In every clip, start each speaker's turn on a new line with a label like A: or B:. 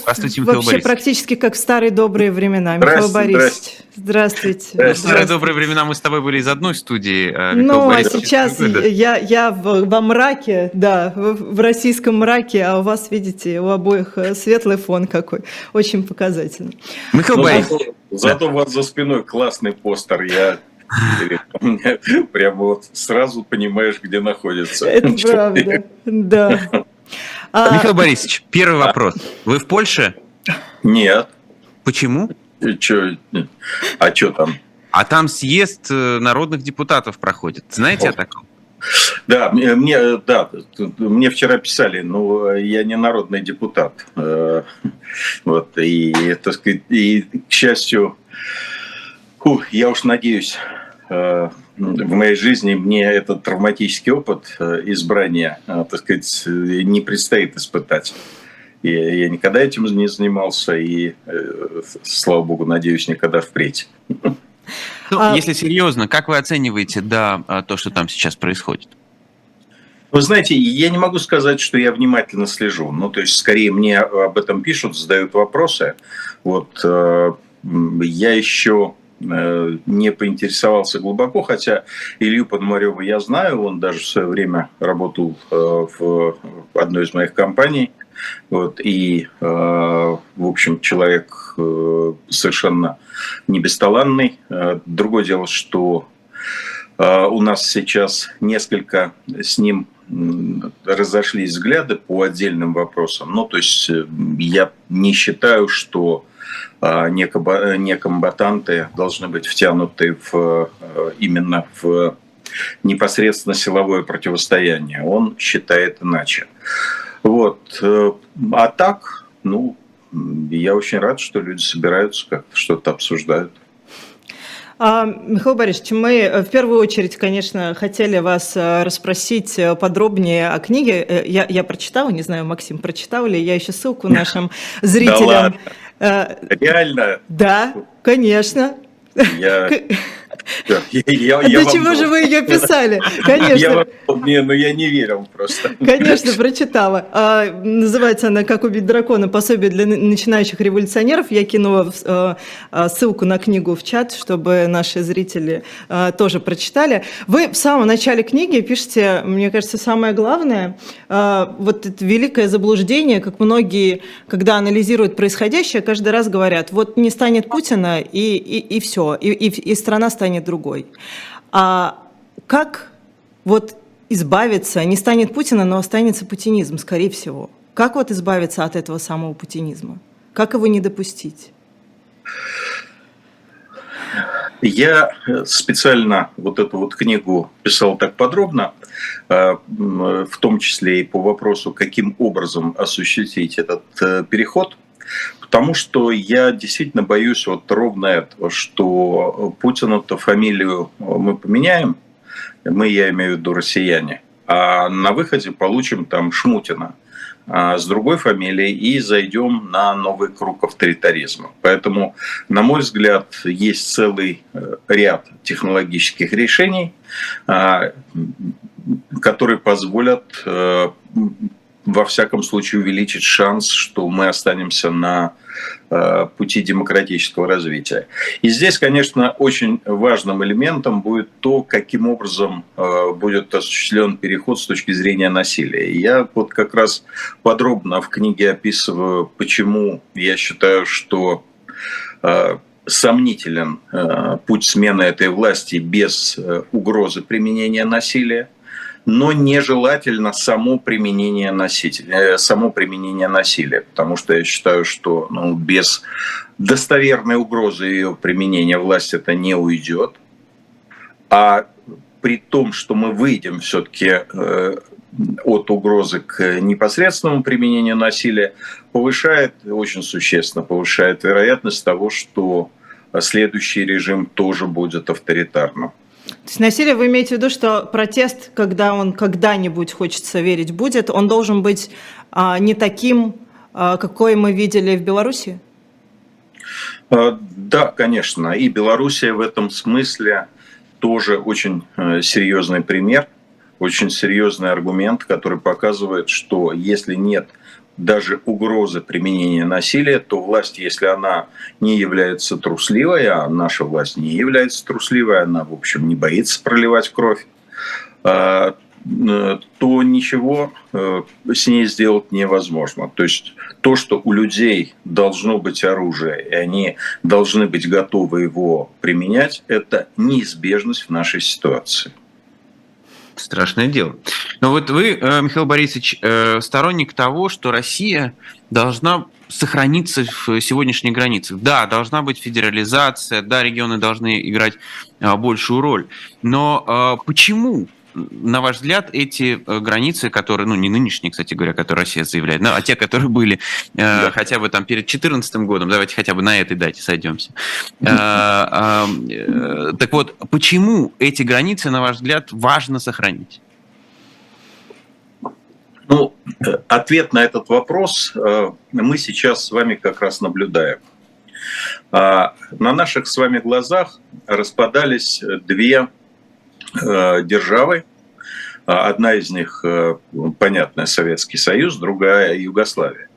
A: Здравствуйте, Михаил
B: вообще
A: Борисович.
B: практически как в старые добрые времена. Михаил Борисович, здравствуйте.
A: В старые добрые времена мы с тобой были из одной студии.
B: Ну, а сейчас я во мраке, да, в российском мраке, а у вас, видите, у обоих светлый фон какой. Очень показательно.
A: Михаил Борисович.
C: Зато у вас за спиной классный постер. Я прямо вот сразу понимаешь, где находится.
B: Это правда, да.
A: Михаил Борисович, первый вопрос. Вы в Польше?
C: Нет.
A: Почему?
C: А что там?
A: А там съезд народных депутатов проходит. Знаете о таком?
C: Да, мне вчера писали, но я не народный депутат. Вот, и, так сказать, и, к счастью, я уж надеюсь, в моей жизни мне этот травматический опыт избрания, так сказать, не предстоит испытать. Я никогда этим не занимался и, слава богу, надеюсь, никогда впредь.
A: Ну, если серьезно, как вы оцениваете то, что там сейчас происходит?
C: Вы знаете, я не могу сказать, что я внимательно слежу. Ну, то есть, скорее, мне об этом пишут, задают вопросы. Вот я еще не поинтересовался глубоко, хотя Илью Пономарева я знаю, он даже в свое время работал в одной из моих компаний. Вот, и, в общем, человек совершенно не бесталанный. Другое дело, что у нас сейчас несколько с ним разошлись взгляды по отдельным вопросам. Ну, то есть я не считаю, что некомбатанты должны быть втянуты именно в непосредственно силовое противостояние. Он считает иначе. Вот. А так, я очень рад, что люди собираются, как-то что-то обсуждают.
B: Михаил Борисович, мы в первую очередь, конечно, хотели вас расспросить подробнее о книге. Я прочитала, не знаю, Максим, прочитал ли, я еще ссылку нашим зрителям.
C: Да ладно? Реально?
B: Да, конечно. Для чего же вы ее писали? Конечно.
C: Я не верил просто.
B: Конечно, прочитала. Называется она «Как убить дракона. Пособие для начинающих революционеров». Я кинула ссылку на книгу в чат, чтобы наши зрители тоже прочитали. Вы в самом начале книги пишете, мне кажется, самое главное, вот это великое заблуждение, как многие, когда анализируют происходящее, каждый раз говорят, вот не станет Путина, и все, и страна станет другой. А как вот избавиться, не станет Путина, но останется путинизм, скорее всего. Как вот избавиться от этого самого путинизма? Как его не допустить?
C: Я специально вот эту вот книгу писал так подробно, в том числе и по вопросу, каким образом осуществить этот переход. Потому что я действительно боюсь вот ровно этого, что Путину-то фамилию мы поменяем, я имею в виду россияне, а на выходе получим там Шмутина с другой фамилией и зайдем на новый круг авторитаризма. Поэтому, на мой взгляд, есть целый ряд технологических решений, которые позволят во всяком случае увеличить шанс, что мы останемся на пути демократического развития. И здесь, конечно, очень важным элементом будет то, каким образом будет осуществлен переход с точки зрения насилия. И я вот как раз подробно в книге описываю, почему я считаю, что сомнителен путь смены этой власти без угрозы применения насилия. Но нежелательно само применение насилия, потому что я считаю, что без достоверной угрозы ее применения власть это не уйдет. А при том, что мы выйдем все-таки от угрозы к непосредственному применению насилия, очень существенно повышает вероятность того, что следующий режим тоже будет авторитарным.
B: То есть насилие, вы имеете в виду, что протест, когда он когда-нибудь, хочется верить, будет, он должен быть не таким, какой мы видели в Беларуси?
C: Да, конечно. И Белоруссия в этом смысле тоже очень серьезный пример, очень серьезный аргумент, который показывает, что если нет даже угрозы применения насилия, то власть, если она не является трусливой, а наша власть не является трусливой, она, в общем, не боится проливать кровь, то ничего с ней сделать невозможно. То есть то, что у людей должно быть оружие, и они должны быть готовы его применять, это неизбежность в нашей ситуации.
A: Страшное дело. Но вот вы, Михаил Борисович, сторонник того, что Россия должна сохраниться в сегодняшних границах. Да, должна быть федерализация, да, регионы должны играть большую роль. Но почему, на ваш взгляд, эти границы, которые, ну, не нынешние, кстати говоря, которые Россия заявляет, а те, которые были хотя бы там перед 2014 годом, давайте хотя бы на этой дате сойдемся. Так вот, почему эти границы, на ваш взгляд, важно сохранить?
C: Ну, ответ на этот вопрос мы сейчас с вами как раз наблюдаем. На наших с вами глазах распадались две державы. Одна из них, понятно, Советский Союз, другая Югославия.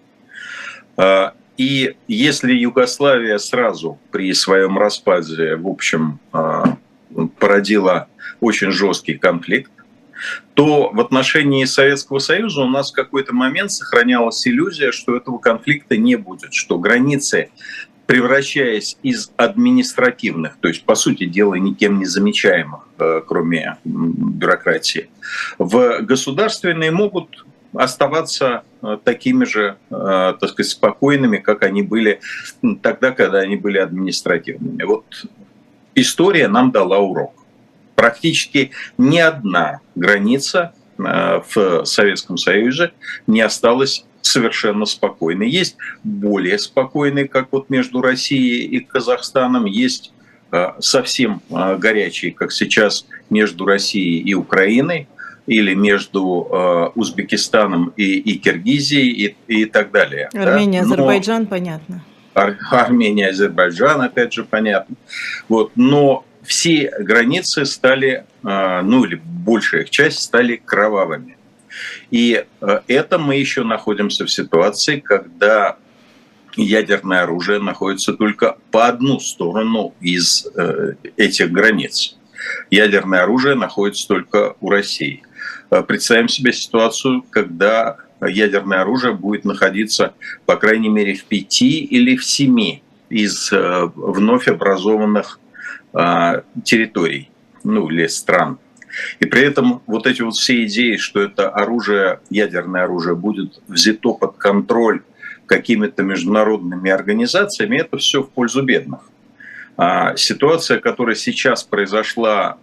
C: И если Югославия сразу при своем распаде, в общем, породила очень жесткий конфликт, то в отношении Советского Союза у нас в какой-то момент сохранялась иллюзия, что этого конфликта не будет, что границы, превращаясь из административных, то есть, по сути дела, никем не замечаемых, кроме бюрократии, в государственные могут оставаться такими же, так сказать, спокойными, как они были тогда, когда они были административными. Вот история нам дала урок. Практически ни одна граница в Советском Союзе не осталась совершенно спокойной. Есть более спокойные, как вот между Россией и Казахстаном, есть совсем горячие, как сейчас между Россией и Украиной, или между Узбекистаном и Киргизией и так далее.
B: Армения, да? Азербайджан, понятно.
C: Армения, Азербайджан, опять же, понятно. Вот. Но все границы стали, ну или большая их часть, стали кровавыми. И это мы еще находимся в ситуации, когда ядерное оружие находится только по одну сторону из этих границ. Ядерное оружие находится только у России. Представим себе ситуацию, когда ядерное оружие будет находиться, по крайней мере, в 5 или в 7 из вновь образованных территорий, ну или стран. И при этом вот эти вот все идеи, что это оружие, ядерное оружие будет взято под контроль какими-то международными организациями, это все в пользу бедных. Ситуация, которая сейчас произошла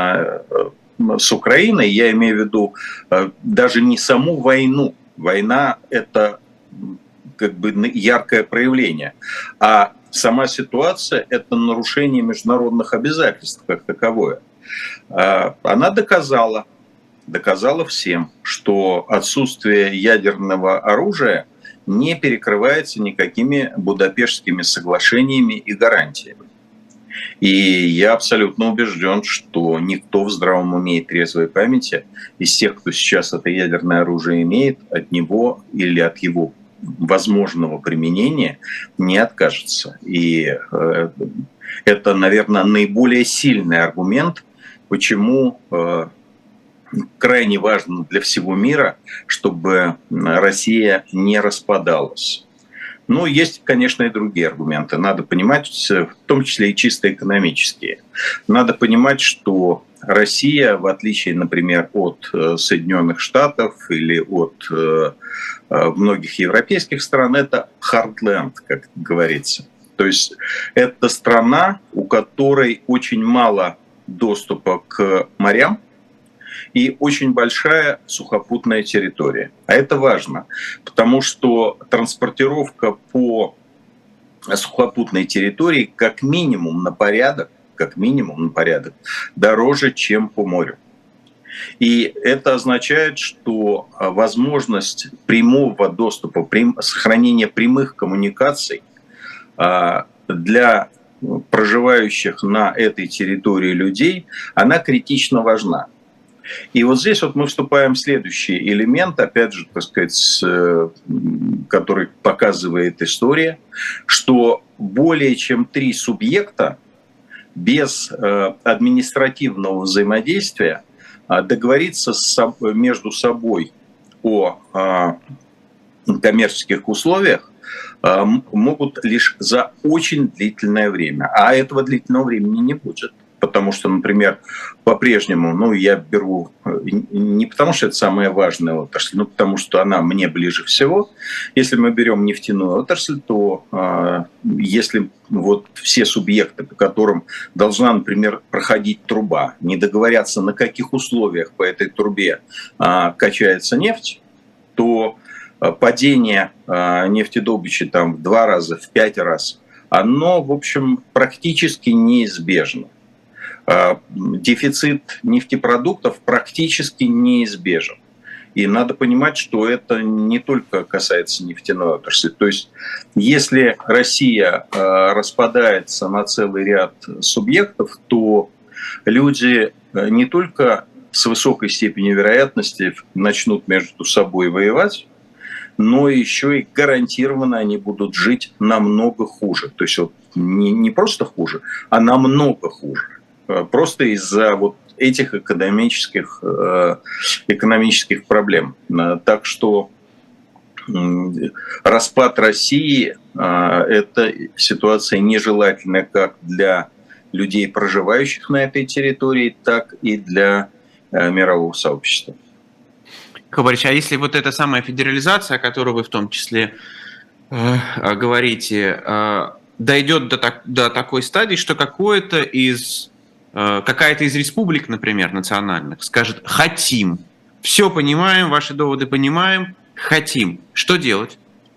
C: с Украиной, я имею в виду даже не саму войну. Война – это как бы яркое проявление, а сама ситуация – это нарушение международных обязательств как таковое. Она доказала всем, что отсутствие ядерного оружия не перекрывается никакими Будапештскими соглашениями и гарантиями. И я абсолютно убежден, что никто в здравом уме и трезвой памяти из тех, кто сейчас это ядерное оружие имеет, от него или от его возможного применения не откажется. И это, наверное, наиболее сильный аргумент, почему крайне важно для всего мира, чтобы Россия не распадалась. Ну, есть, конечно, и другие аргументы. Надо понимать, в том числе и чисто экономические. Надо понимать, что Россия, в отличие, например, от Соединенных Штатов или от многих европейских стран, это heartland, как говорится. То есть это страна, у которой очень мало доступа к морям и очень большая сухопутная территория. А это важно, потому что транспортировка по сухопутной территории как минимум на порядок дороже, чем по морю. И это означает, что возможность прямого доступа, сохранения прямых коммуникаций для проживающих на этой территории людей, она критично важна. И вот здесь вот мы вступаем в следующий элемент, опять же, так сказать, который показывает история, что более чем 3 субъекта без административного взаимодействия договориться между собой о коммерческих условиях могут лишь за очень длительное время. А этого длительного времени не будет. Потому что, например, по-прежнему, я беру не потому, что это самая важная отрасль, но потому что она мне ближе всего. Если мы берем нефтяную отрасль, то если вот все субъекты, по которым должна, например, проходить труба, не договорятся, на каких условиях по этой трубе качается нефть, то падение нефтедобычи там в 2 раза, в 5 раз, оно, в общем, практически неизбежно. Дефицит нефтепродуктов практически неизбежен. И надо понимать, что это не только касается нефтяной отрасли. То есть, если Россия распадается на целый ряд субъектов, то люди не только с высокой степенью вероятности начнут между собой воевать, но еще и гарантированно они будут жить намного хуже. То есть вот не просто хуже, а намного хуже. Просто из-за вот этих экономических проблем. Так что распад России – это ситуация нежелательная как для людей, проживающих на этой территории, так и для мирового сообщества.
A: Борис, а если вот эта самая федерализация, о которой вы в том числе говорите, дойдет до такой стадии, что какая-то из республик, например, национальных, скажет «хотим». Все понимаем, ваши доводы понимаем, хотим. Что делать?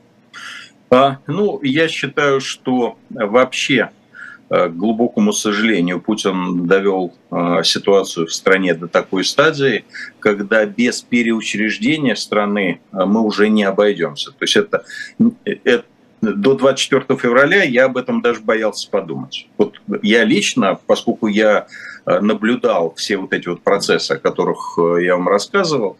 C: Я считаю, что вообще, к глубокому сожалению, Путин довел ситуацию в стране до такой стадии, когда без переучреждения страны мы уже не обойдемся. То есть это до 24 февраля я об этом даже боялся подумать. Вот я лично, поскольку я наблюдал все вот эти вот процессы, о которых я вам рассказывал,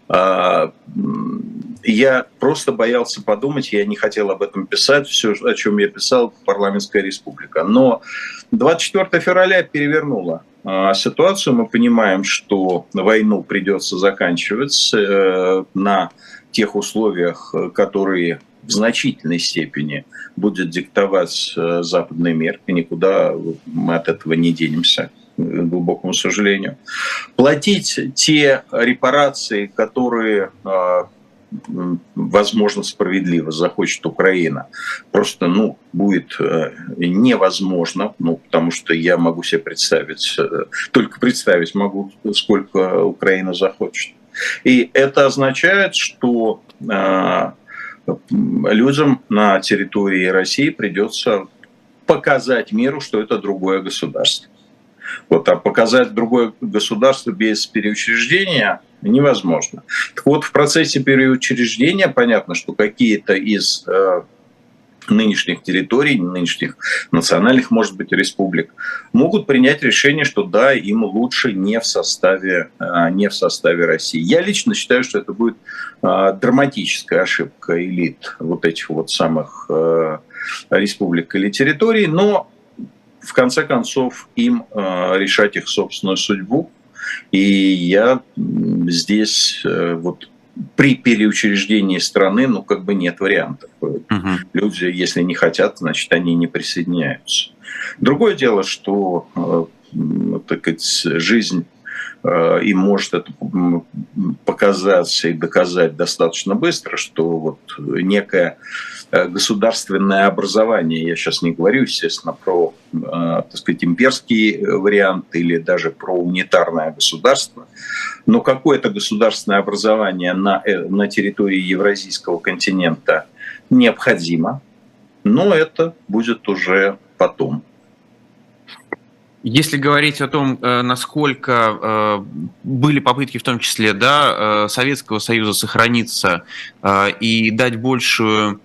C: я просто боялся подумать, я не хотел об этом писать, все, о чем я писал, парламентская республика. Но 24 февраля перевернула ситуацию. Мы понимаем, что войну придется заканчивать на тех условиях, которые в значительной степени будет диктовать западный мир, и никуда мы от этого не денемся, к глубокому сожалению. Платить те репарации, которые, возможно, справедливо захочет Украина, просто будет невозможно, потому что я могу себе представить, только представить могу, сколько Украина захочет. И это означает, что людям на территории России придется показать миру, что это другое государство. А показать другое государство без переучреждения невозможно. Так вот, в процессе переучреждения понятно, что какие-то из нынешних территорий, нынешних национальных, может быть, республик, могут принять решение, что да, им лучше не в составе России. Я лично считаю, что это будет драматическая ошибка элит вот этих вот самых республик или территорий, но в конце концов им решать их собственную судьбу. И я здесь при переучреждении страны, нет вариантов. Люди, если не хотят, значит, они не присоединяются. Другое дело, что жизнь им может это показаться и доказать достаточно быстро, что некое государственное образование, я сейчас не говорю, естественно, про, имперский вариант или даже про унитарное государство, но какое-то государственное образование на территории Евразийского континента необходимо, но это будет уже потом.
A: Если говорить о том, насколько были попытки, в том числе, Советского Союза сохраниться и дать большую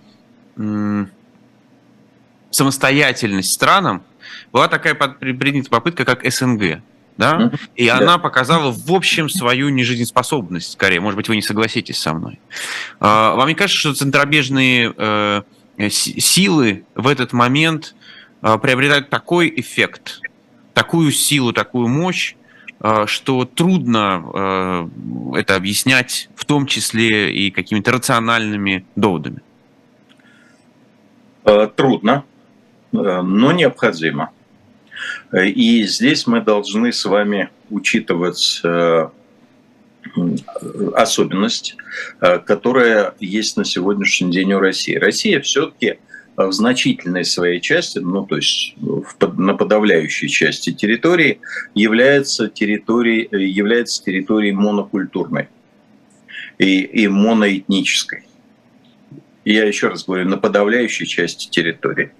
A: самостоятельность странам, была такая предпринята попытка, как СНГ. да, и она показала в общем свою нежизнеспособность, скорее, может быть, вы не согласитесь со мной. Вам не кажется, что центробежные силы в этот момент приобретают такой эффект, такую силу, такую мощь, что трудно это объяснять, в том числе и какими-то рациональными доводами?
C: Трудно, но необходимо. И здесь мы должны с вами учитывать особенность, которая есть на сегодняшний день у России. Россия все-таки в значительной своей части, ну то есть на подавляющей части территории, является территорией монокультурной и моноэтнической. Я еще раз говорю, на подавляющей части территории.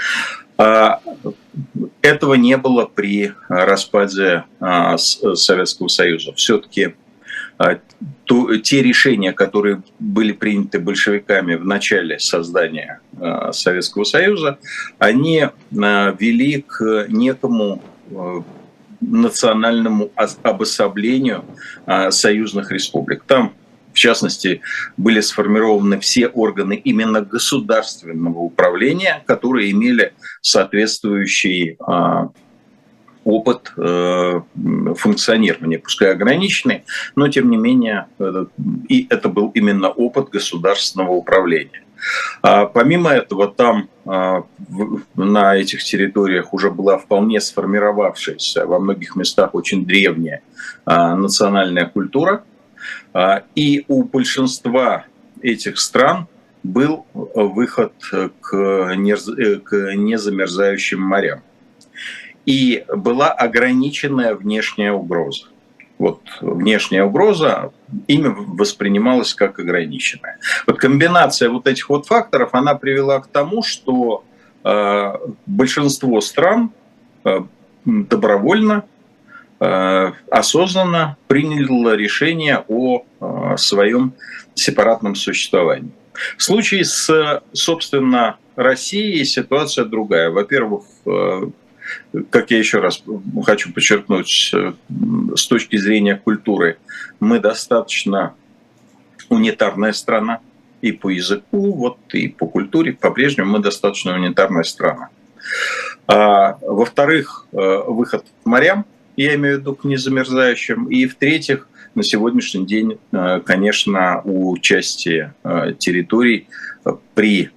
C: Этого не было при распаде Советского Союза. Все-таки те решения, которые были приняты большевиками в начале создания Советского Союза, они вели к некому национальному обособлению союзных республик. Там, в частности, были сформированы все органы именно государственного управления, которые имели соответствующий опыт функционирования, пускай ограниченный, но тем не менее и это был именно опыт государственного управления. Помимо этого, там на этих территориях уже была вполне сформировавшаяся во многих местах очень древняя национальная культура, и у большинства этих стран был выход к незамерзающим морям. И была ограниченная внешняя угроза. Вот внешняя угроза ими воспринималась как ограниченная. Вот комбинация вот этих вот факторов, она привела к тому, что большинство стран добровольно, осознанно приняло решение о своем сепаратном существовании. В случае с, собственно, Россией ситуация другая. Во-первых, как я еще раз хочу подчеркнуть, с точки зрения культуры, мы достаточно унитарная страна и по языку, вот, и по культуре, по-прежнему мы достаточно унитарная страна. Во-вторых, выход к морям, я имею в виду к незамерзающим, и в-третьих, на сегодняшний день, конечно, у части территорий при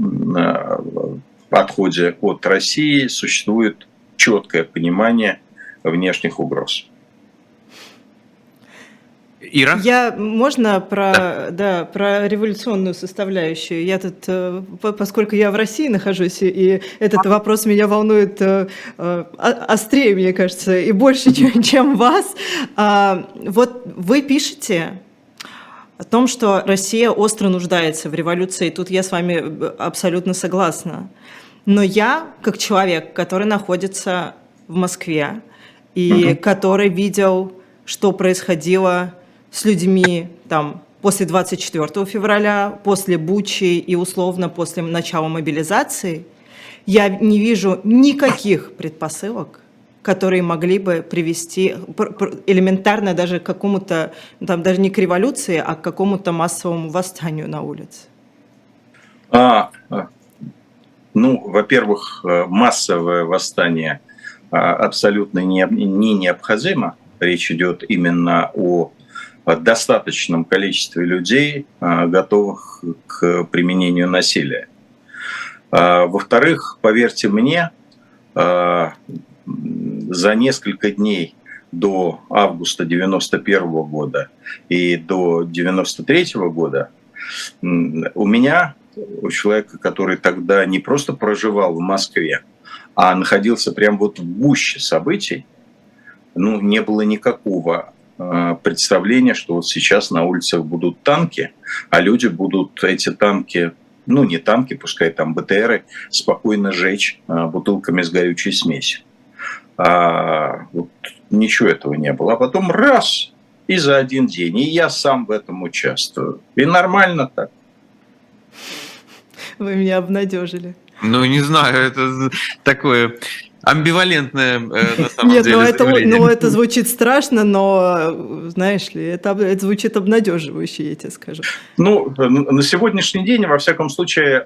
C: отходе от России существует четкое понимание внешних угроз.
A: Ира?
B: Можно про революционную составляющую? Я тут, поскольку я в России нахожусь, и этот вопрос меня волнует острее, мне кажется, и больше, чем вас. Вот вы пишете о том, что Россия остро нуждается в революции. Тут я с вами абсолютно согласна. Но я, как человек, который находится в Москве и который видел, что происходило с людьми там, после 24 февраля, после Бучи и условно после начала мобилизации, я не вижу никаких предпосылок, которые могли бы привести элементарно даже к какому-то, там, даже не к революции, а к какому-то массовому восстанию на улице.
C: Во-первых, массовое восстание абсолютно не необходимо. Речь идет именно о достаточном количестве людей, готовых к применению насилия. Во-вторых, поверьте мне, за несколько дней до августа 1991 года и до 1993 года у меня, у человека, который тогда не просто проживал в Москве, а находился прямо вот в гуще событий, не было никакого представления, что вот сейчас на улицах будут танки, а люди будут эти танки, не танки, пускай там БТРы, спокойно жечь бутылками с горючей смесью. Вот ничего этого не было. А потом раз, и за один день. И я сам в этом участвую. И нормально так.
B: Вы меня обнадежили.
A: Не знаю, это такое Амбивалентное, на самом
B: Нет,
A: деле, заявление.
B: это звучит страшно, но, знаешь ли, это звучит обнадеживающе, я тебе скажу.
C: Ну, на сегодняшний день, во всяком случае,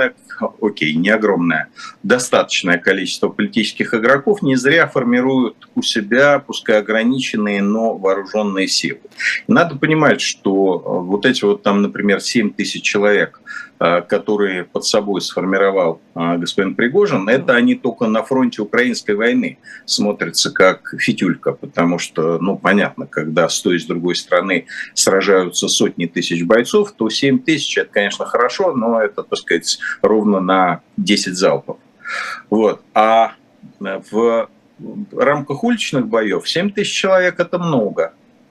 C: не огромное, достаточное количество политических игроков не зря формируют у себя, пускай ограниченные, но вооруженные силы. Надо понимать, что вот эти вот там, например, 7 тысяч человек, которые под собой сформировал господин Пригожин, это они только на фронте украинской войны смотрятся как фитюлька, потому что, ну, понятно, когда с той и с другой стороны сражаются сотни тысяч бойцов, то 7 тысяч – это, конечно, хорошо, но это, так сказать, ровно на 10 залпов. Вот. А в рамках уличных боев 7 тысяч человек – это много.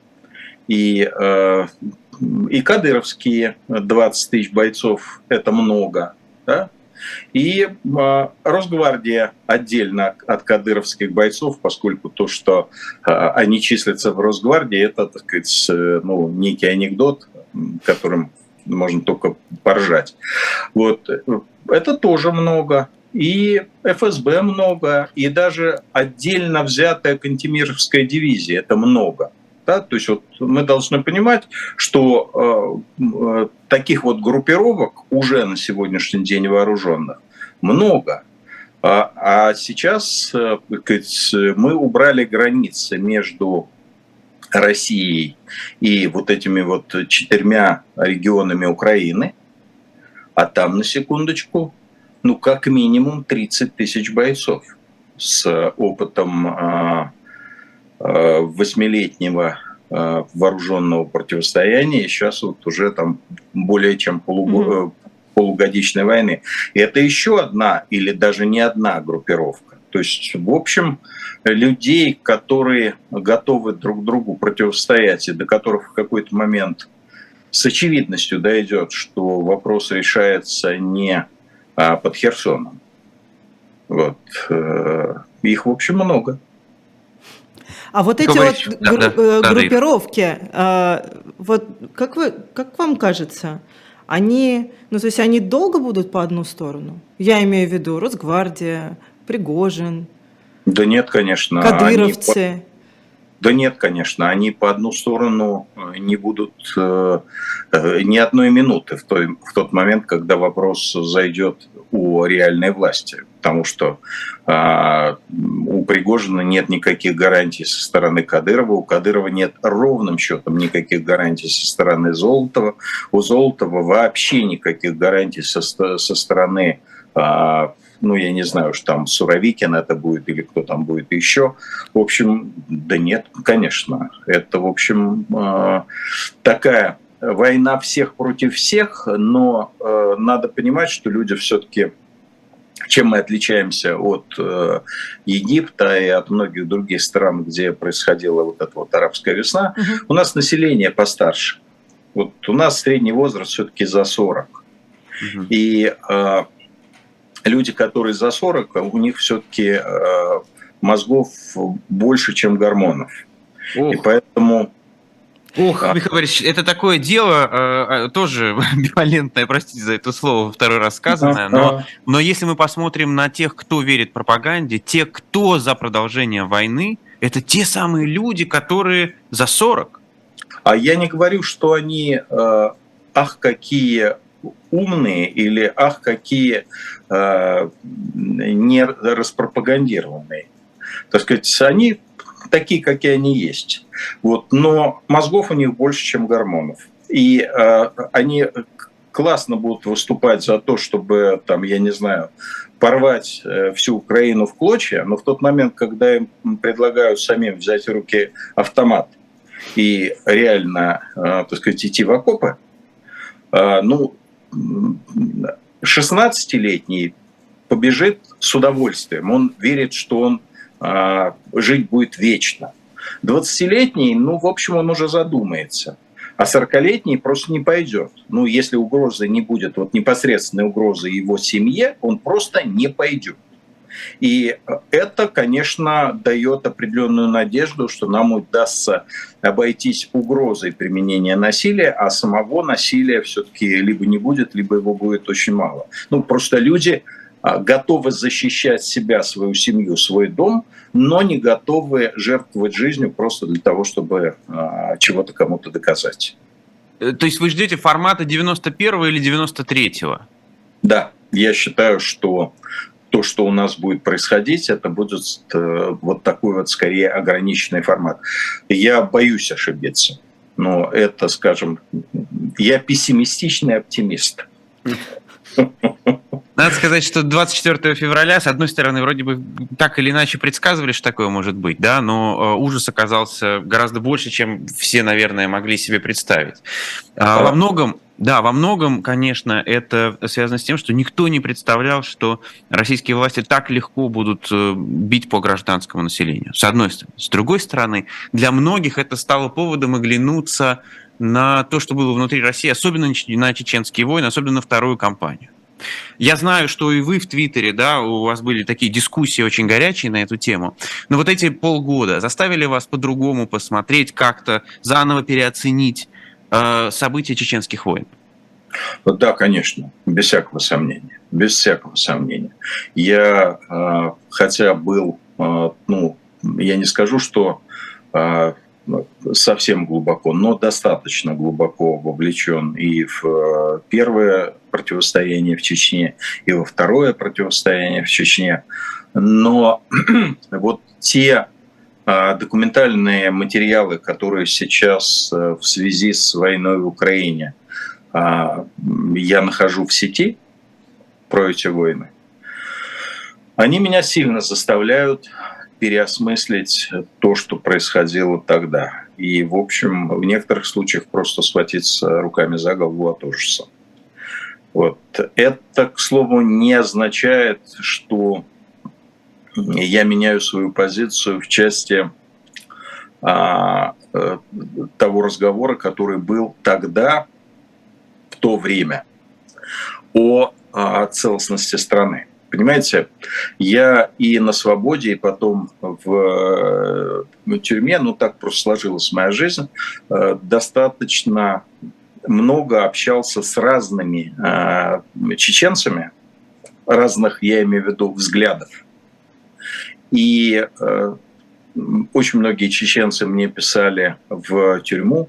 C: И кадыровские 20 тысяч бойцов – это много. Да? И Росгвардия отдельно от кадыровских бойцов, поскольку то, что они числятся в Росгвардии, это, так сказать, ну, некий анекдот, которым можно только поржать. Вот. Это тоже много. И ФСБ много, и даже отдельно взятая Кантемировская дивизия – это много. Да? То есть вот мы должны понимать, что таких вот группировок уже на сегодняшний день вооруженных много. А сейчас мы убрали границы между Россией и вот этими вот 4 регионами Украины, а там, на секундочку, ну как минимум 30 тысяч бойцов с опытом 8-летнего вооруженного противостояния, и сейчас вот уже там более чем полугодичной войны. И это еще одна или даже не одна группировка. То есть, в общем, людей, которые готовы друг другу противостоять, и до которых в какой-то момент с очевидностью дойдет, что вопрос решается не под Херсоном. Вот. Их, в общем, много.
B: А вот эти группировки, вот как вам кажется, они, ну, то есть они долго будут по одну сторону? Я имею в виду Росгвардия, Пригожин,
C: да нет, конечно,
B: кадыровцы.
C: Да нет, конечно, они по одну сторону не будут ни одной минуты в тот момент, когда вопрос зайдет о реальной власти. Потому что у Пригожина нет никаких гарантий со стороны Кадырова, у Кадырова нет ровным счетом никаких гарантий со стороны Золотова, у Золотова вообще никаких гарантий со стороны, ну, я не знаю, что там Суровикин это будет или кто там будет еще. В общем, да нет, конечно. Это, в общем, такая война всех против всех, но надо понимать, что люди все-таки, чем мы отличаемся от Египта и от многих других стран, где происходила вот эта вот арабская весна, у нас население постарше. Вот у нас средний возраст все-таки за 40. И люди, которые за 40, у них все-таки мозгов больше, чем гормонов. И поэтому...
A: Михаил Борисович, это такое дело, тоже амбивалентное, простите за это слово, второй раз сказанное, но если мы посмотрим на тех, кто верит пропаганде, те, кто за продолжение войны, это те самые люди, которые за 40.
C: А я не говорю, что они, ах, какие умные или ах, какие не распропагандированные. Так сказать, они такие, какие они есть. Вот. Но мозгов у них больше, чем гормонов. И они классно будут выступать за то, чтобы, там, я не знаю, порвать всю Украину в клочья, но в тот момент, когда им предлагают самим взять в руки автомат и реально, так сказать, идти в окопы, ну, 16-летний побежит с удовольствием. Он верит, что он жить будет вечно. 20-летний, ну, в общем, он уже задумается. А 40-летний просто не пойдет. Ну, если угрозы не будет, вот непосредственной угрозы его семье, он просто не пойдет. И это, конечно, дает определенную надежду, что нам удастся обойтись угрозой применения насилия, а самого насилия все-таки либо не будет, либо его будет очень мало. Ну, просто люди готовы защищать себя, свою семью, свой дом, но не готовы жертвовать жизнью просто для того, чтобы чего-то кому-то доказать.
A: То есть вы ждете формата 91-го или 93-го?
C: Да, я считаю, что то, что у нас будет происходить, это будет вот такой вот скорее ограниченный формат. Я боюсь ошибиться, но это, скажем, я пессимистичный оптимист.
A: Надо сказать, что 24 февраля, с одной стороны, вроде бы так или иначе предсказывали, что такое может быть, да, но ужас оказался гораздо больше, чем все, наверное, могли себе представить. Во многом, конечно, это связано с тем, что никто не представлял, что российские власти так легко будут бить по гражданскому населению, с одной стороны. С другой стороны, для многих это стало поводом оглянуться на то, что было внутри России, особенно на чеченские войны, особенно на вторую кампанию. Я знаю, что и вы в Твиттере, да, у вас были такие дискуссии очень горячие на эту тему, но вот эти полгода заставили вас по-другому посмотреть, как-то заново переоценить события чеченских войн?
C: Да, конечно, без всякого сомнения, без всякого сомнения. Я, хотя был, я не скажу, что совсем глубоко, но достаточно глубоко вовлечен и в первое противостояние в Чечне, и во второе противостояние в Чечне. Но вот те документальные материалы, которые сейчас в связи с войной в Украине я нахожу в сети про эти войны, они меня сильно заставляют переосмыслить то, что происходило тогда. И, в общем, в некоторых случаях просто схватиться руками за голову от ужаса. Вот. Это, к слову, не означает, что я меняю свою позицию в части того разговора, который был тогда, в то время, о целостности страны. Понимаете, я и на свободе, и потом в тюрьме, так просто сложилась моя жизнь, достаточно много общался с разными чеченцами, разных, я имею в виду, взглядов. И очень многие чеченцы мне писали в тюрьму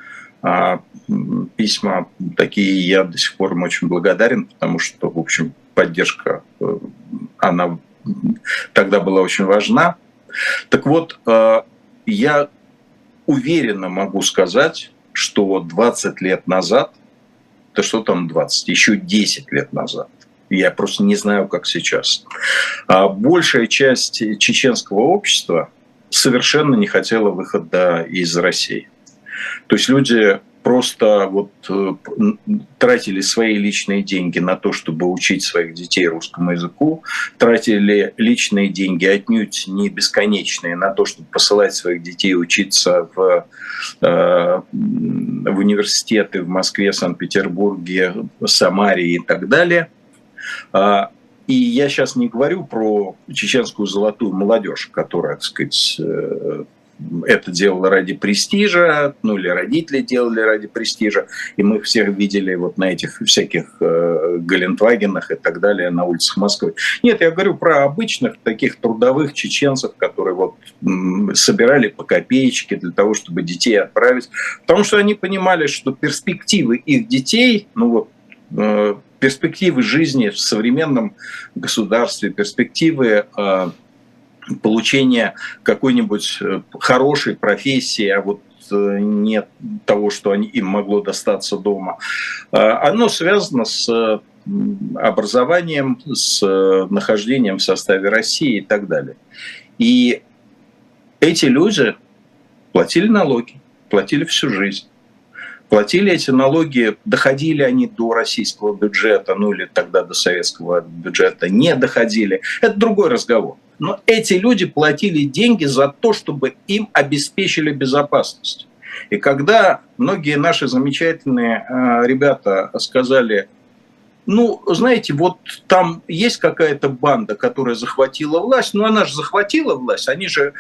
C: письма такие, я до сих пор им очень благодарен, потому что, в общем, поддержка, она тогда была очень важна. Так вот, я уверенно могу сказать, что 20 лет назад, да что там 20, еще 10 лет назад, я просто не знаю, как сейчас, большая часть чеченского общества совершенно не хотела выхода из России. То есть люди просто тратили свои личные деньги на то, чтобы учить своих детей русскому языку, тратили личные деньги, отнюдь не бесконечные, на то, чтобы посылать своих детей учиться в университеты в Москве, Санкт-Петербурге, Самаре и так далее. И я сейчас не говорю про чеченскую золотую молодежь, которая, так сказать, это делала ради престижа, или родители делали ради престижа, и мы всех видели на этих всяких Гелендвагенах и так далее на улицах Москвы. Нет, я говорю про обычных таких трудовых чеченцев, которые собирали по копеечке для того, чтобы детей отправить, потому что они понимали, что перспективы их детей, перспективы жизни в современном государстве, перспективы получения какой-нибудь хорошей профессии, не того, что им могло достаться дома, оно связано с образованием, с нахождением в составе России и так далее. И эти люди платили налоги, платили всю жизнь. Платили эти налоги, доходили они до российского бюджета, или тогда до советского бюджета, не доходили. Это другой разговор. Но эти люди платили деньги за то, чтобы им обеспечили безопасность. И когда многие наши замечательные ребята сказали, знаете, там есть какая-то банда, которая захватила власть, она же захватила власть, они же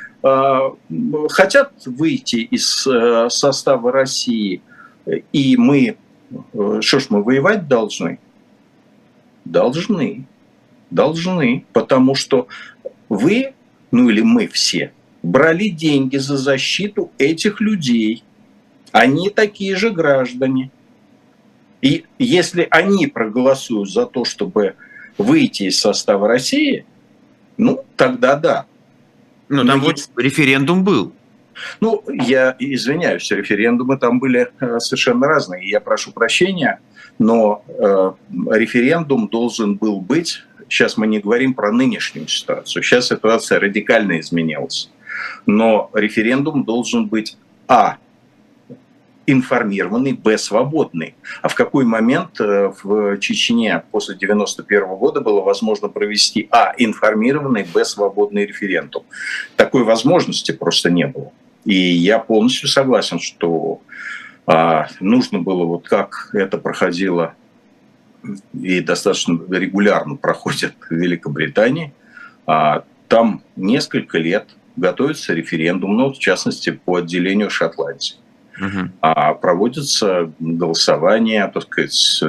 C: хотят выйти из состава России, и мы воевать должны? Должны. Должны, потому что вы, или мы все, брали деньги за защиту этих людей. Они такие же граждане. И если они проголосуют за то, чтобы выйти из состава России, тогда да.
A: Но там вот референдум был.
C: Я извиняюсь, референдумы там были совершенно разные. Я прошу прощения, но референдум должен был быть. Сейчас мы не говорим про нынешнюю ситуацию. Сейчас ситуация радикально изменилась. Но референдум должен быть информированный, свободный. А в какой момент в Чечне после 1991 года было возможно провести информированный, свободный референдум? Такой возможности просто не было. И я полностью согласен, что нужно было, вот как это проходило и достаточно регулярно проходит в Великобритании, там несколько лет готовится референдум, в частности, по отделению Шотландии. Проводится голосование, так сказать,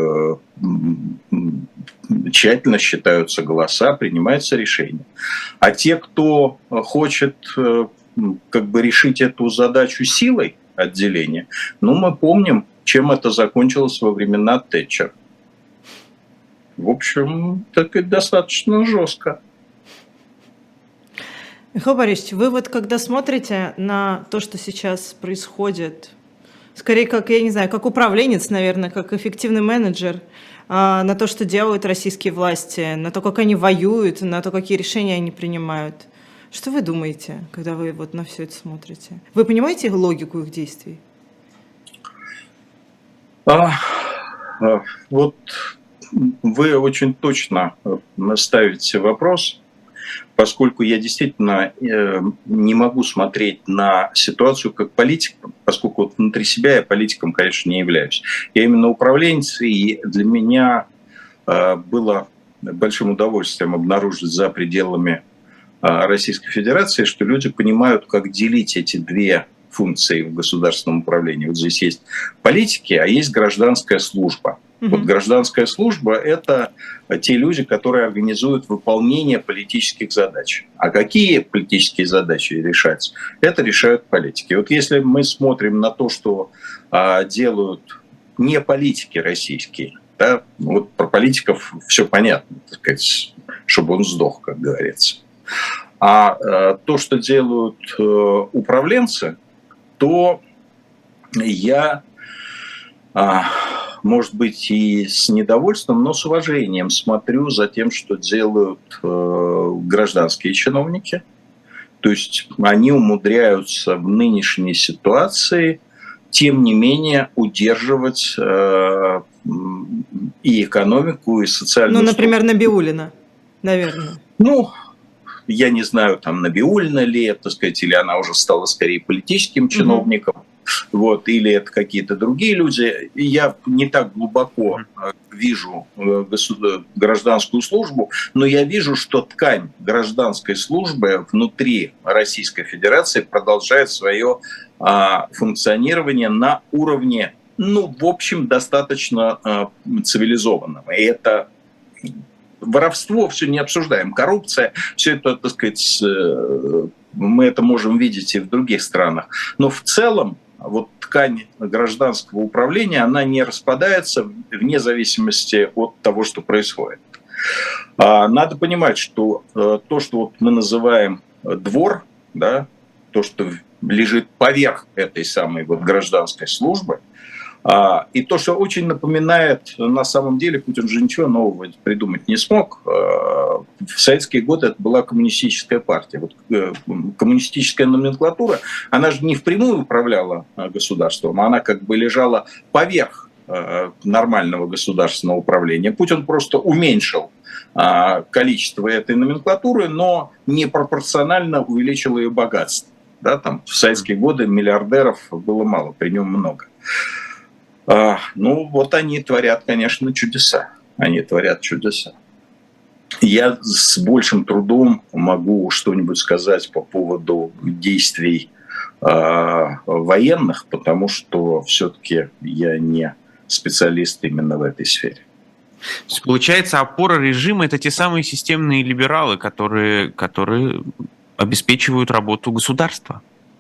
C: тщательно считаются голоса, принимается решение. А те, кто хочет решить эту задачу силой отделения, мы помним, чем это закончилось во времена Тэтчер. В общем, так достаточно жестко.
B: Михаил Борисович, вы когда смотрите на то, что сейчас происходит, скорее как, я не знаю, как управленец, наверное, как эффективный менеджер, на то, что делают российские власти, на то, как они воюют, на то, какие решения они принимают. Что вы думаете, когда вы на все это смотрите? Вы понимаете логику их действий?
C: Вы очень точно ставите вопрос, поскольку я действительно не могу смотреть на ситуацию как политик, поскольку внутри себя я политиком, конечно, не являюсь. Я именно управленец, и для меня было большим удовольствием обнаружить за пределами Российской Федерации, что люди понимают, как делить эти две функции в государственном управлении. Вот здесь есть политики, а есть гражданская служба. Гражданская служба – это те люди, которые организуют выполнение политических задач. А какие политические задачи решаются? Это решают политики. Если мы смотрим на то, что делают не политики российские, про политиков все понятно, так сказать, чтобы он сдох, как говорится. А то, что делают управленцы, то я... может быть, и с недовольством, но с уважением смотрю за тем, что делают гражданские чиновники. То есть они умудряются в нынешней ситуации, тем не менее, удерживать и экономику, и социальную...
B: например, Набиуллина, наверное.
C: Я не знаю, Набиуллина ли, так сказать, или она уже стала скорее политическим чиновником. Или это какие-то другие люди. Я не так глубоко вижу гражданскую службу, но я вижу, что ткань гражданской службы внутри Российской Федерации продолжает свое функционирование на уровне, в общем, достаточно цивилизованном. И это воровство все не обсуждаем, коррупция, все это, так сказать, мы это можем видеть и в других странах. Но в целом ткань гражданского управления, она не распадается вне зависимости от того, что происходит. Надо понимать, что то, что мы называем двор, то, что лежит поверх этой самой гражданской службы, и то, что очень напоминает, на самом деле, Путин же ничего нового придумать не смог. В советские годы это была коммунистическая партия. Коммунистическая номенклатура, она же не впрямую управляла государством, она лежала поверх нормального государственного управления. Путин просто уменьшил количество этой номенклатуры, но непропорционально увеличил ее богатство. В советские годы миллиардеров было мало, при нем много. Они творят, конечно, чудеса. Я с большим трудом могу что-нибудь сказать по поводу действий военных, потому что все-таки я не специалист именно в этой сфере.
A: То есть, получается, опора режима – это те самые системные либералы, которые обеспечивают работу государства.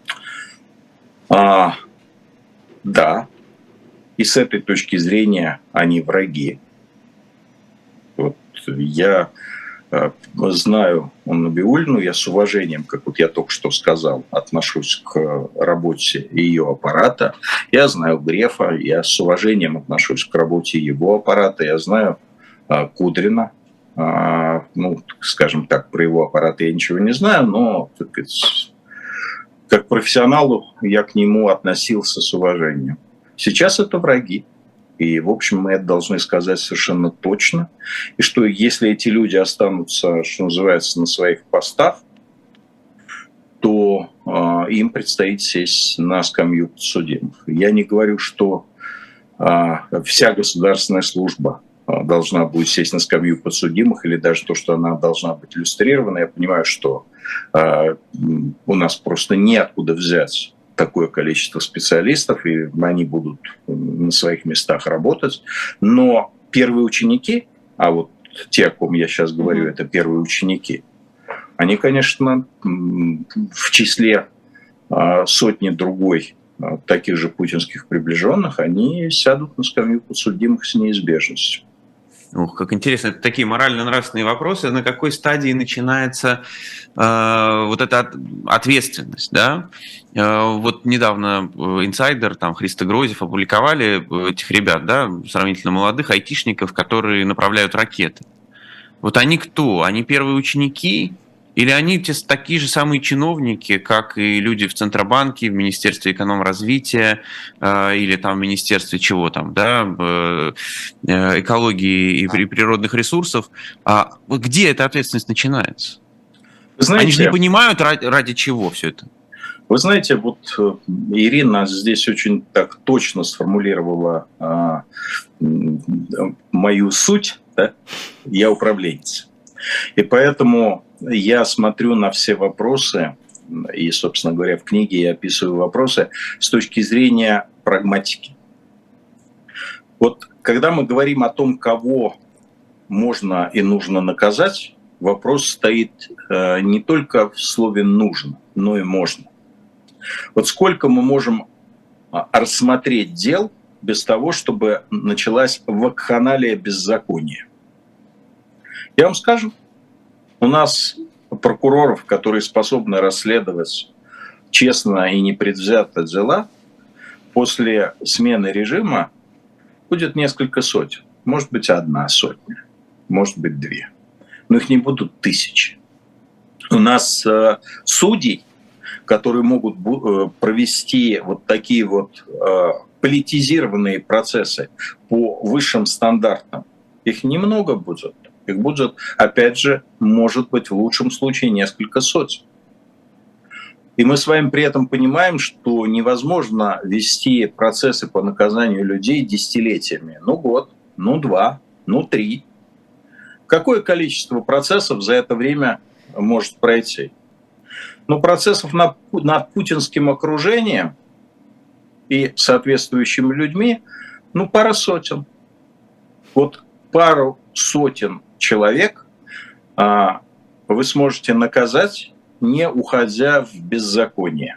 C: Да. И с этой точки зрения они враги. Вот я знаю Анну Набиуллину, я с уважением, как вот я только что сказал, отношусь к работе ее аппарата. Я знаю Грефа, я с уважением отношусь к работе его аппарата. Я знаю Кудрина. Скажем так, про его аппарат я ничего не знаю, но как профессионалу я к нему относился с уважением. Сейчас это враги. И, в общем, мы это должны сказать совершенно точно. И что если эти люди останутся, что называется, на своих постах, то им предстоит сесть на скамью подсудимых. Я не говорю, что вся государственная служба должна будет сесть на скамью подсудимых, или даже то, что она должна быть иллюстрирована. Я понимаю, что у нас просто неоткуда взять такое количество специалистов, и они будут на своих местах работать. Но первые ученики, а вот те, о ком я сейчас говорю, это первые ученики, они, конечно, в числе сотни другой таких же путинских приближенных, они сядут на скамью подсудимых с неизбежностью.
A: Ух, как интересно. Это такие морально-нравственные вопросы. На какой стадии начинается вот эта ответственность, да? Вот недавно инсайдер, там, Христо Грозев опубликовали этих ребят, да, сравнительно молодых айтишников, которые направляют ракеты. Вот они кто? Они первые ученики? Или они такие же самые чиновники, как и люди в Центробанке, в Министерстве экономразвития или там в Министерстве чего там, да, экологии и природных ресурсов? Где эта ответственность начинается? Знаете, они же не понимают, ради чего все это.
C: Вы знаете, вот Ирина здесь очень так точно сформулировала мою суть. Да? Я управленец. И поэтому я смотрю на все вопросы, и, собственно говоря, в книге я описываю вопросы с точки зрения прагматики. Вот когда мы говорим о том, кого можно и нужно наказать, вопрос стоит не только в слове «нужно», но и «можно». Вот сколько мы можем рассмотреть дел без того, чтобы началась вакханалия беззакония? Я вам скажу, у нас прокуроров, которые способны расследовать честно и непредвзято дела, после смены режима будет несколько сотен. Может быть, 1 сотня, может быть, 2. Но их не будут тысячи. У нас судей, которые могут провести вот такие вот политизированные процессы по высшим стандартам, их немного будет. Их будет, опять же, может быть, в лучшем случае несколько сотен. И мы с вами при этом понимаем, что невозможно вести процессы по наказанию людей десятилетиями. Год, 2, 3. Какое количество процессов за это время может пройти? Процессов над путинским окружением и соответствующими людьми, пара сотен. Вот пару сотен человек вы сможете наказать, не уходя в беззаконие.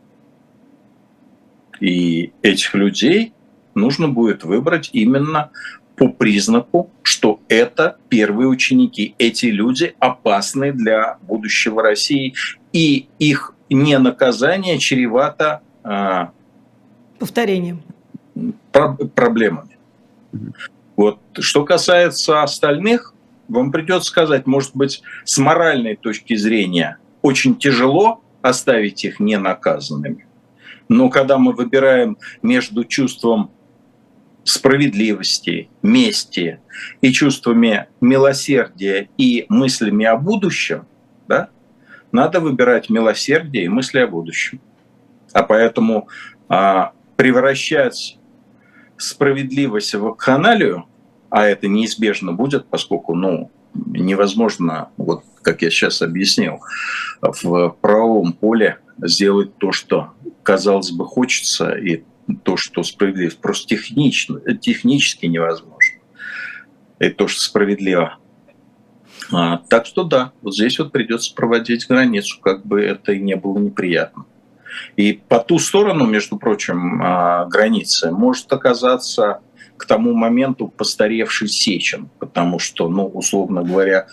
C: И этих людей нужно будет выбрать именно по признаку, что это первые ученики. Эти люди опасны для будущего России, и их ненаказание чревато
B: повторением,
C: проблемами. Вот. Что касается остальных, вам придется сказать, может быть, с моральной точки зрения очень тяжело оставить их ненаказанными. Но когда мы выбираем между чувством справедливости, мести и чувствами милосердия и мыслями о будущем, да, надо выбирать милосердие и мысли о будущем. А поэтому превращать справедливость в вакханалию, а это неизбежно будет, поскольку невозможно, вот как я сейчас объяснил, в правовом поле сделать то, что, казалось бы, хочется, и то, что справедливо, просто технически невозможно. Это тоже справедливо. Так что да, вот здесь вот придется проводить границу, как бы это и не было неприятно. И по ту сторону, между прочим, границы может оказаться к тому моменту постаревший Сечин, потому что, ну, условно говоря,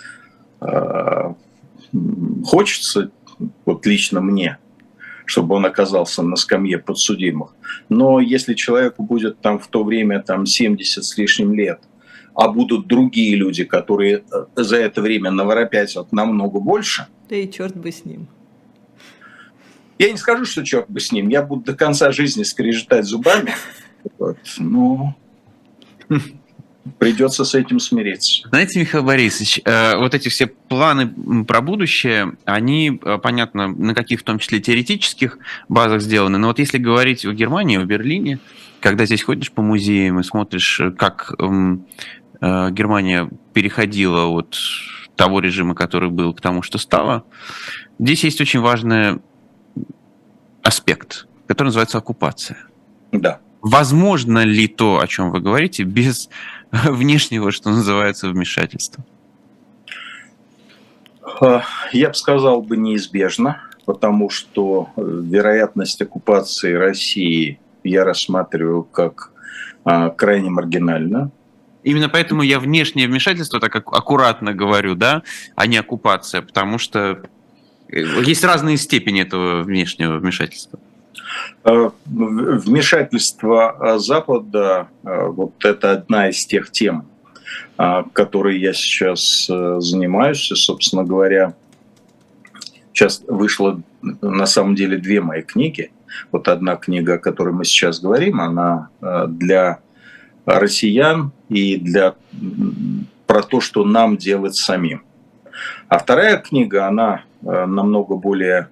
C: хочется, вот лично мне, чтобы он оказался на скамье подсудимых. Но если человеку будет там в то время там 70 с лишним лет, а будут другие люди, которые за это время наворопятят намного больше.
B: Да и черт бы с ним.
C: Я не скажу, что черт бы с ним. Я буду до конца жизни скрежетать зубами. Вот. Но придется с этим смириться.
A: Знаете, Михаил Борисович, вот эти все планы про будущее, они, понятно, на каких в том числе теоретических базах сделаны, но вот если говорить о Германии, о Берлине, когда здесь ходишь по музеям и смотришь, как Германия переходила от того режима, который был, к тому, что стало, здесь есть очень важный аспект, который называется оккупация.
C: Да.
A: Возможно ли то, о чем вы говорите, без внешнего, что называется, вмешательства?
C: Я бы сказал, неизбежно, потому что вероятность оккупации России я рассматриваю как крайне маргинальную.
A: Именно поэтому я внешнее вмешательство так аккуратно говорю, да, а не оккупация, потому что есть разные степени этого внешнего вмешательства.
C: Вмешательство Запада, вот это одна из тех тем, которой я сейчас занимаюсь. И, собственно говоря, сейчас вышло на самом деле 2 мои книги. Вот одна книга, о которой мы сейчас говорим, она для россиян и про то, что нам делать самим. А вторая книга, она намного более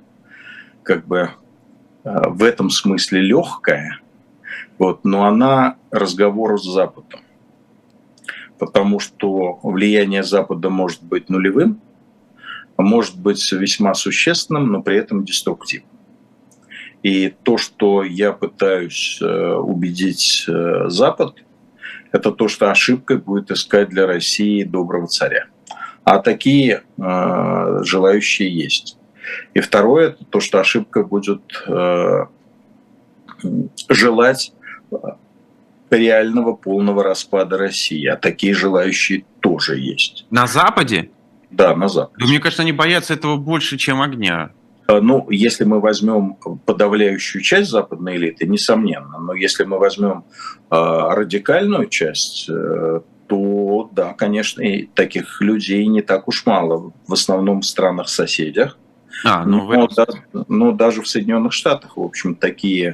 C: в этом смысле легкая, вот, но она разговор с Западом. Потому что влияние Запада может быть нулевым, может быть весьма существенным, но при этом деструктивным. И то, что я пытаюсь убедить Запад, это то, что ошибкой будет искать для России доброго царя. А такие желающие есть. И второе, это то, что ошибка будет желать реального полного распада России. А такие желающие тоже есть.
A: На Западе?
C: Да, на Западе.
A: Да, мне кажется, они боятся этого больше, чем огня.
C: Ну, если мы возьмем подавляющую часть западной элиты, несомненно. Но если мы возьмем радикальную часть, то да, конечно, и таких людей не так уж мало. В основном в странах-соседях. Но даже в Соединенных Штатах, в общем, такие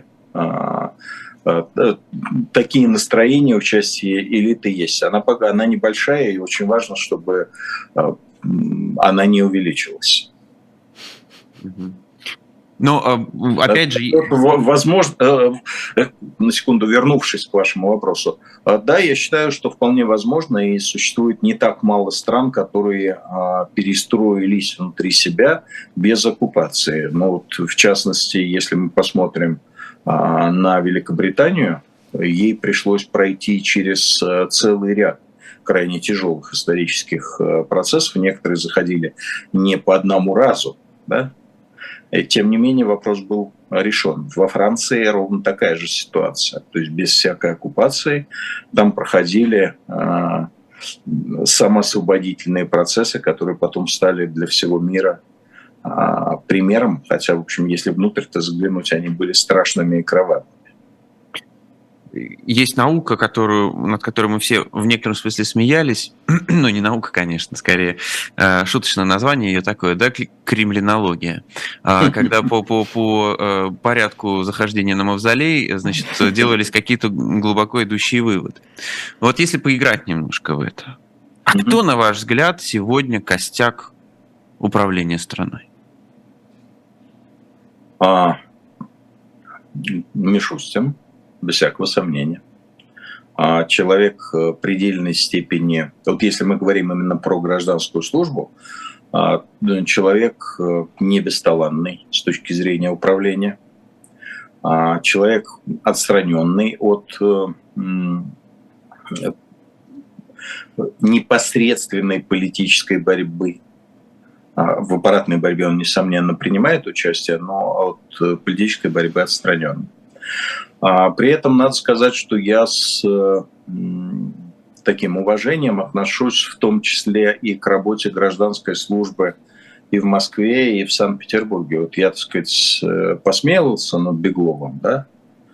C: настроения у части элиты есть. Она небольшая, и очень важно, чтобы она не увеличилась.
A: Но, опять же...
C: Возможно, на секунду вернувшись к вашему вопросу, да, я считаю, что вполне возможно, и существует не так мало стран, которые перестроились внутри себя без оккупации. Ну, вот, в частности, если мы посмотрим на Великобританию, ей пришлось пройти через целый ряд крайне тяжелых исторических процессов. Некоторые заходили не по одному разу, да? Тем не менее, вопрос был решен. Во Франции ровно такая же ситуация. То есть без всякой оккупации там проходили самоосвободительные процессы, которые потом стали для всего мира примером. Хотя, в общем, если внутрь-то заглянуть, они были страшными и кровавыми.
A: Есть наука, над которой мы все в некотором смысле смеялись, но не наука, конечно, скорее шуточное название ее такое, да, кремлинология. Когда по порядку захождения на мавзолей, значит, делались какие-то глубоко идущие выводы. Вот если поиграть немножко в это, а кто, на ваш взгляд, сегодня костяк управления страной?
C: Мишустин. Без всякого сомнения. Человек предельной степени... Вот если мы говорим именно про гражданскую службу, человек не бесталанный с точки зрения управления, человек отстраненный от непосредственной политической борьбы. В аппаратной борьбе он, несомненно, принимает участие, но от политической борьбы отстранен. При этом надо сказать, что я с таким уважением отношусь в том числе и к работе гражданской службы и в Москве, и в Санкт-Петербурге. Вот я, так сказать, посмеялся над Бегловым, да?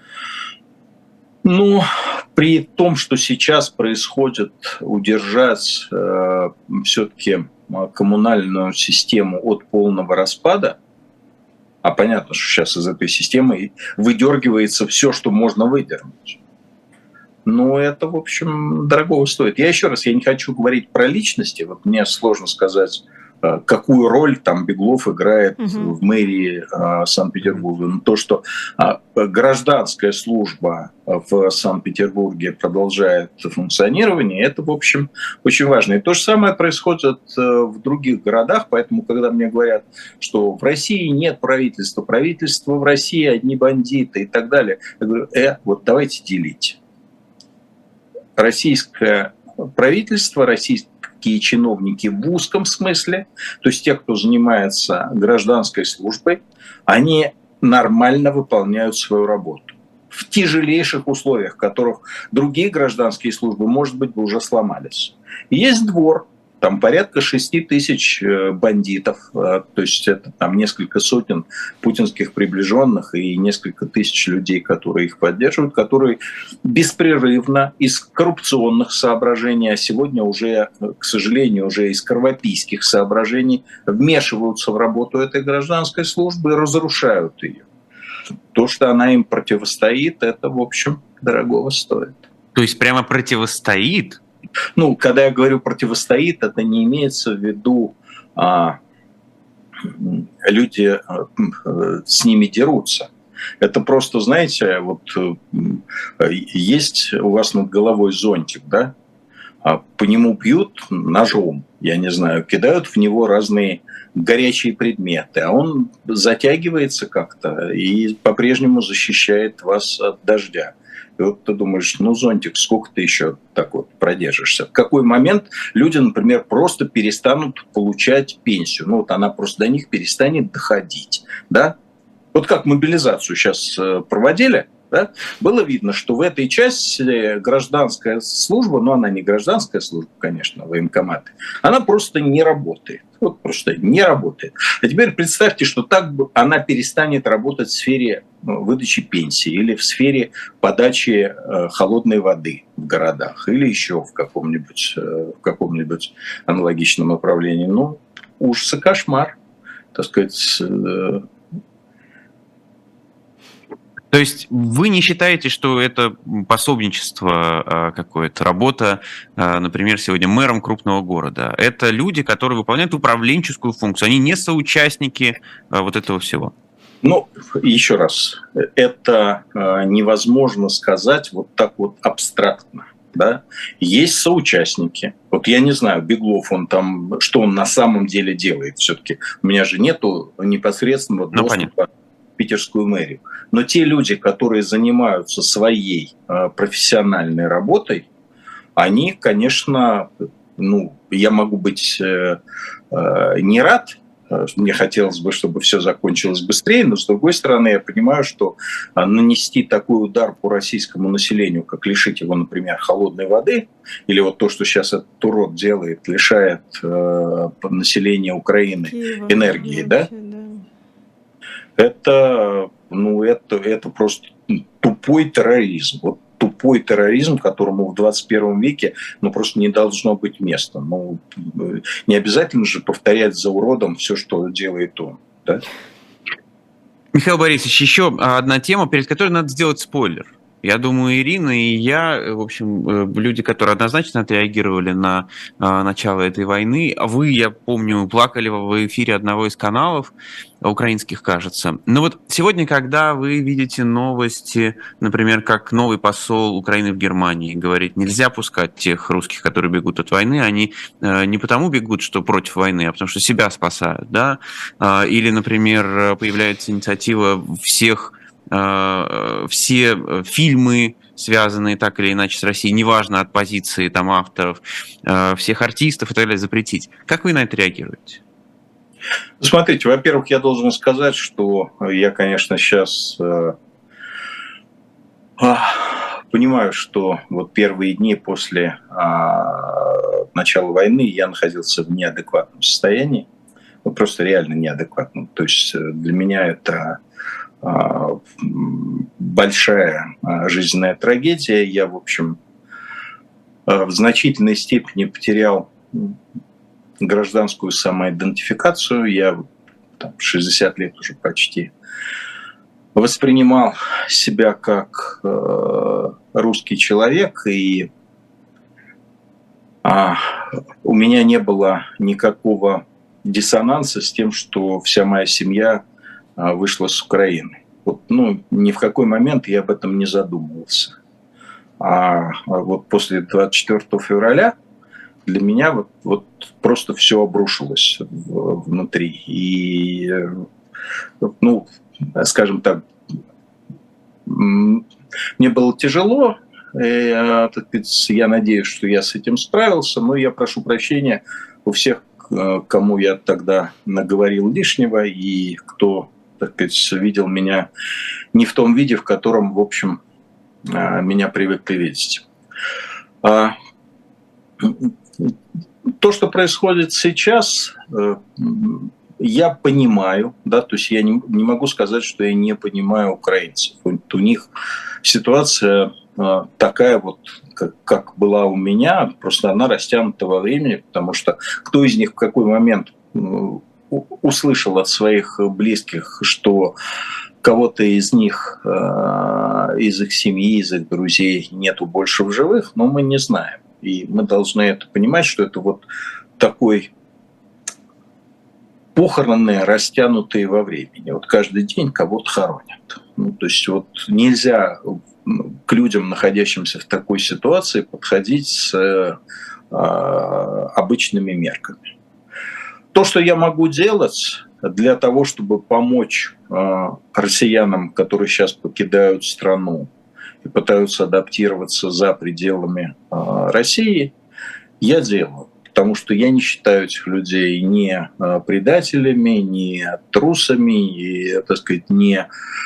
C: Ну, при том, что сейчас происходит удержать все-таки коммунальную систему от полного распада, а понятно, что сейчас из этой системы выдергивается все, что можно выдернуть. Но это, в общем, дорогого стоит. Я еще раз, я не хочу говорить про личности. Вот мне сложно сказать, какую роль там Беглов играет в мэрии Санкт-Петербурга. Но то, что гражданская служба в Санкт-Петербурге продолжает функционирование, это, в общем, очень важно. И то же самое происходит в других городах. Поэтому, когда мне говорят, что в России нет правительства, правительство в России одни бандиты и так далее, я говорю, вот давайте делить. Российское правительство, российские чиновники в узком смысле, то есть те, кто занимается гражданской службой, они нормально выполняют свою работу. В тяжелейших условиях, в которых другие гражданские службы, может быть, бы уже сломались. И есть двор, там порядка 6 тысяч бандитов, то есть это там несколько сотен путинских приближенных и несколько тысяч людей, которые их поддерживают, которые беспрерывно из коррупционных соображений, а сегодня уже, к сожалению, уже из кровопийских соображений вмешиваются в работу этой гражданской службы и разрушают ее. То, что она им противостоит, это, в общем, дорогого стоит.
A: То есть прямо противостоит?
C: Ну, когда я говорю противостоит, это не имеется в виду люди с ними дерутся. Это просто, знаете, вот есть у вас над головой зонтик, да? По нему бьют ножом, я не знаю, кидают в него разные горячие предметы, а он затягивается как-то и по-прежнему защищает вас от дождя. И вот ты думаешь, ну, зонтик, сколько ты еще так вот продержишься? В какой момент люди, например, просто перестанут получать пенсию? Ну, вот она просто до них перестанет доходить, да? Вот как мобилизацию сейчас проводили, да? Было видно, что в этой части гражданская служба, но она не гражданская служба, конечно, военкоматы, она просто не работает. Вот просто не работает. А теперь представьте, что так она перестанет работать в сфере выдачи пенсии или в сфере подачи холодной воды в городах или еще в каком-нибудь аналогичном направлении. Ну, ужас и кошмар, так сказать.
A: То есть вы не считаете, что это пособничество какое-то, работа, например, сегодня мэром крупного города? Это люди, которые выполняют управленческую функцию, они не соучастники вот этого всего?
C: Ну, еще раз, это невозможно сказать вот так вот абстрактно. Да? Есть соучастники. Вот я не знаю, Беглов, он там, что он на самом деле делает все-таки. У меня же нету непосредственного доступа в питерскую мэрию. Но те люди, которые занимаются своей профессиональной работой, они, конечно, ну, я могу быть не рад, мне хотелось бы, чтобы все закончилось быстрее, но, с другой стороны, я понимаю, что нанести такой удар по российскому населению, как лишить его, например, холодной воды, или вот то, что сейчас этот урод делает, лишает населения Украины энергии, да? Это просто тупой терроризм. Вот тупой терроризм, которому в 21 веке просто не должно быть места. Ну, не обязательно же повторять за уродом все, что делает он. Да?
A: Михаил Борисович, еще одна тема, перед которой надо сделать спойлер. Я думаю, Ирина и я, в общем, люди, которые однозначно отреагировали на начало этой войны. Вы, я помню, плакали в эфире одного из каналов, украинских, кажется. Но вот сегодня, когда вы видите новости, например, как новый посол Украины в Германии говорит, нельзя пускать тех русских, которые бегут от войны, они не потому бегут, что против войны, а потому что себя спасают, да? Или, например, появляется инициатива все фильмы связанные так или иначе с Россией, неважно от позиции там авторов, всех артистов и так далее, запретить. Как вы на это реагируете?
C: Смотрите, во-первых, я должен сказать, что я, конечно, сейчас понимаю, что вот первые дни после начала войны я находился в неадекватном состоянии, ну, просто реально неадекватном. То есть для меня это большая жизненная трагедия. Я, в общем, в значительной степени потерял гражданскую самоидентификацию. Я 60 лет уже почти воспринимал себя как русский человек, и у меня не было никакого диссонанса с тем, что вся моя семья вышла с Украины. Вот, ни в какой момент я об этом не задумывался. Вот после 24 февраля для меня вот просто все обрушилось внутри. И, скажем так, мне было тяжело. Я надеюсь, что я с этим справился, но я прошу прощения у всех, кому я тогда наговорил лишнего, и кто, видел меня не в том виде, в котором, в общем, меня привыкли видеть. То, что происходит сейчас, я понимаю, да, то есть я не могу сказать, что я не понимаю украинцев. У них ситуация такая вот, как была у меня, просто она растянута во времени, потому что кто из них в какой момент услышал от своих близких, что кого-то из них, из их семьи, из их друзей нету больше в живых, но мы не знаем. И мы должны это понимать, что это вот такой похороны, растянутые во времени. Вот каждый день кого-то хоронят. То есть вот нельзя к людям, находящимся в такой ситуации, подходить с обычными мерками. То, что я могу делать для того, чтобы помочь россиянам, которые сейчас покидают страну и пытаются адаптироваться за пределами России, я делаю. Потому что я не считаю этих людей ни предателями, ни трусами, и, так сказать, не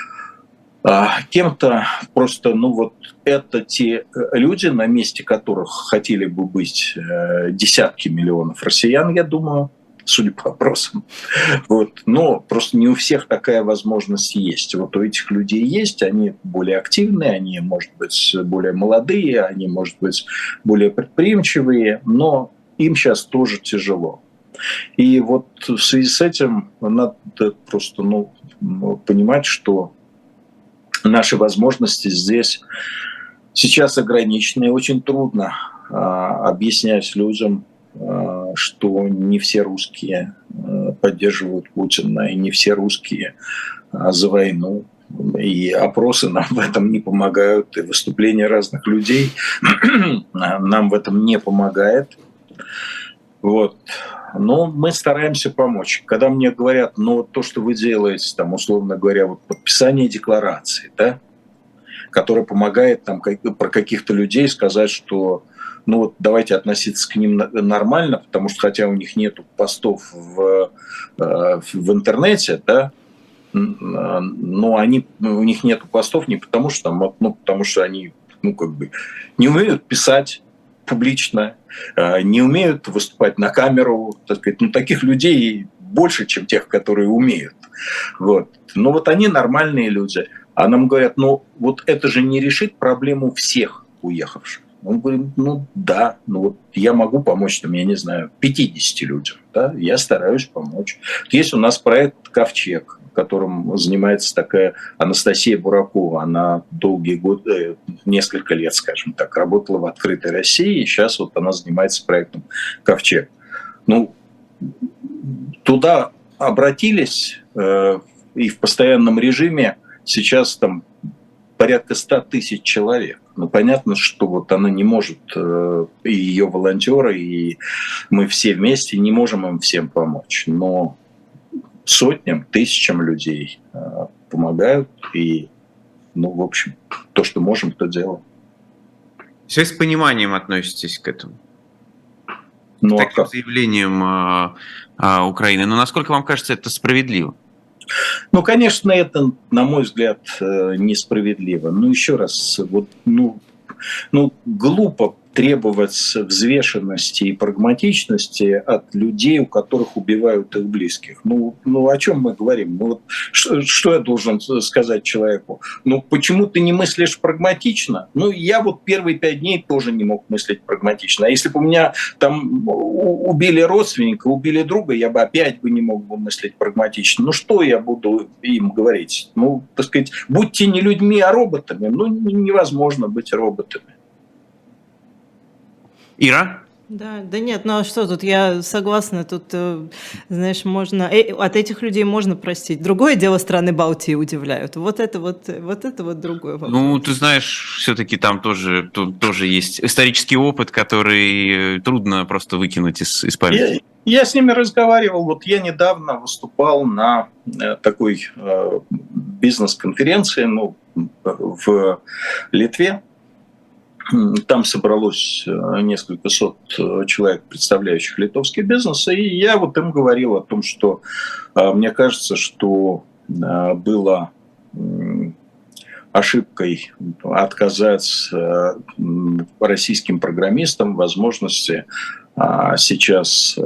C: кем-то. Просто, это те люди, на месте которых хотели бы быть десятки миллионов россиян, я думаю, судя по опросам. Вот. Но просто не у всех такая возможность есть. Вот у этих людей есть, они более активные, они, может быть, более молодые, они, может быть, более предприимчивые, но им сейчас тоже тяжело. И вот в связи с этим надо просто понимать, что наши возможности здесь сейчас ограничены. И очень трудно объяснять людям, что не все русские поддерживают Путина, и не все русские за войну. И опросы нам в этом не помогают, и выступления разных людей нам в этом не помогает. Вот. Но мы стараемся помочь. Когда мне говорят, то, что вы делаете, там, условно говоря, вот подписание декларации, да, которая помогает там, про каких-то людей сказать, что давайте относиться к ним нормально, потому что хотя у них нету постов в интернете, да, но у них нету постов не потому что потому что они не умеют писать публично, не умеют выступать на камеру, так сказать, таких людей больше, чем тех, которые умеют. Вот. Но вот они нормальные люди. А нам говорят, вот это же не решит проблему всех уехавших. Мы говорим, да, я могу помочь, я не знаю, 50 людям, да, я стараюсь помочь. Есть у нас проект «Ковчег», которым занимается такая Анастасия Буракова. Она долгие годы, несколько лет, скажем так, работала в «Открытой России», и сейчас вот она занимается проектом «Ковчег». Туда обратились, и в постоянном режиме сейчас там порядка 100 тысяч человек. Понятно, что вот она не может, и ее волонтеры, и мы все вместе не можем им всем помочь. Но сотням, тысячам людей помогают. И, в общем, то, что можем, то делаем.
A: Вы с пониманием относитесь к этому?
C: Ну,
A: к таким заявлениям Украины. Но насколько вам кажется, это справедливо?
C: Ну, конечно, это, на мой взгляд, несправедливо. Но еще раз, вот, глупо требовать взвешенности и прагматичности от людей, у которых убивают их близких. О чем мы говорим? Что я должен сказать человеку? Почему ты не мыслишь прагматично? Я вот первые 5 дней тоже не мог мыслить прагматично. А если бы у меня там убили родственника, убили друга, я бы опять не мог бы мыслить прагматично. Что я буду им говорить? Так сказать, будьте не людьми, а роботами. Невозможно быть роботами.
A: Ира?
B: Да нет, а что тут, я согласна, тут, знаешь, можно, от этих людей можно простить. Другое дело, страны Балтии удивляют. Вот это другой вопрос.
A: Ты знаешь, все-таки там тоже есть исторический опыт, который трудно просто выкинуть из памяти.
C: Я с ними разговаривал. Я недавно выступал на такой бизнес-конференции в Литве. Там собралось несколько сот человек, представляющих литовский бизнес, и я им говорил о том, что мне кажется, что было ошибкой отказать российским программистам возможности сейчас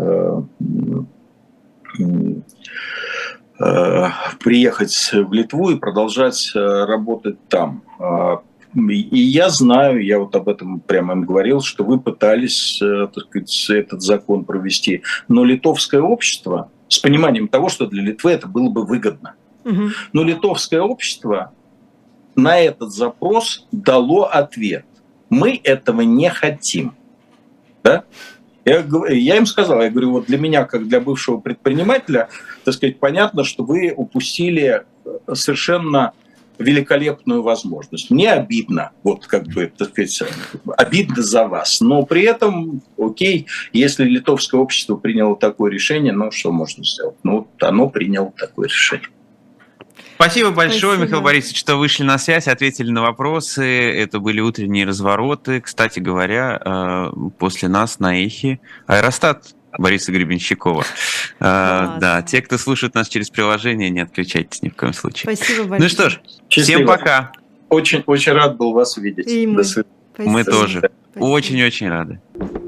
C: приехать в Литву и продолжать работать там. И я знаю, я об этом прямо им говорил, что вы пытались, так сказать, этот закон провести, но литовское общество, с пониманием того, что для Литвы это было бы выгодно, но литовское общество на этот запрос дало ответ. Мы этого не хотим. Да? Я им сказал, я говорю, для меня, как для бывшего предпринимателя, так сказать, понятно, что вы упустили совершенно великолепную возможность. Мне обидно, так сказать, обидно за вас. Но при этом, окей, если литовское общество приняло такое решение, что можно сделать? Оно приняло такое решение.
A: Спасибо большое, Михаил Борисович, что вышли на связь, ответили на вопросы. Это были утренние развороты. Кстати говоря, после нас на эхе Аэростат Бориса Гребенщикова. Да, те, кто слушает нас через приложение, не отключайтесь ни в коем случае.
B: Спасибо большое.
A: Что ж, всем пока.
C: Очень рад был вас видеть.
B: И мы.
A: Мы тоже. Очень-очень рады.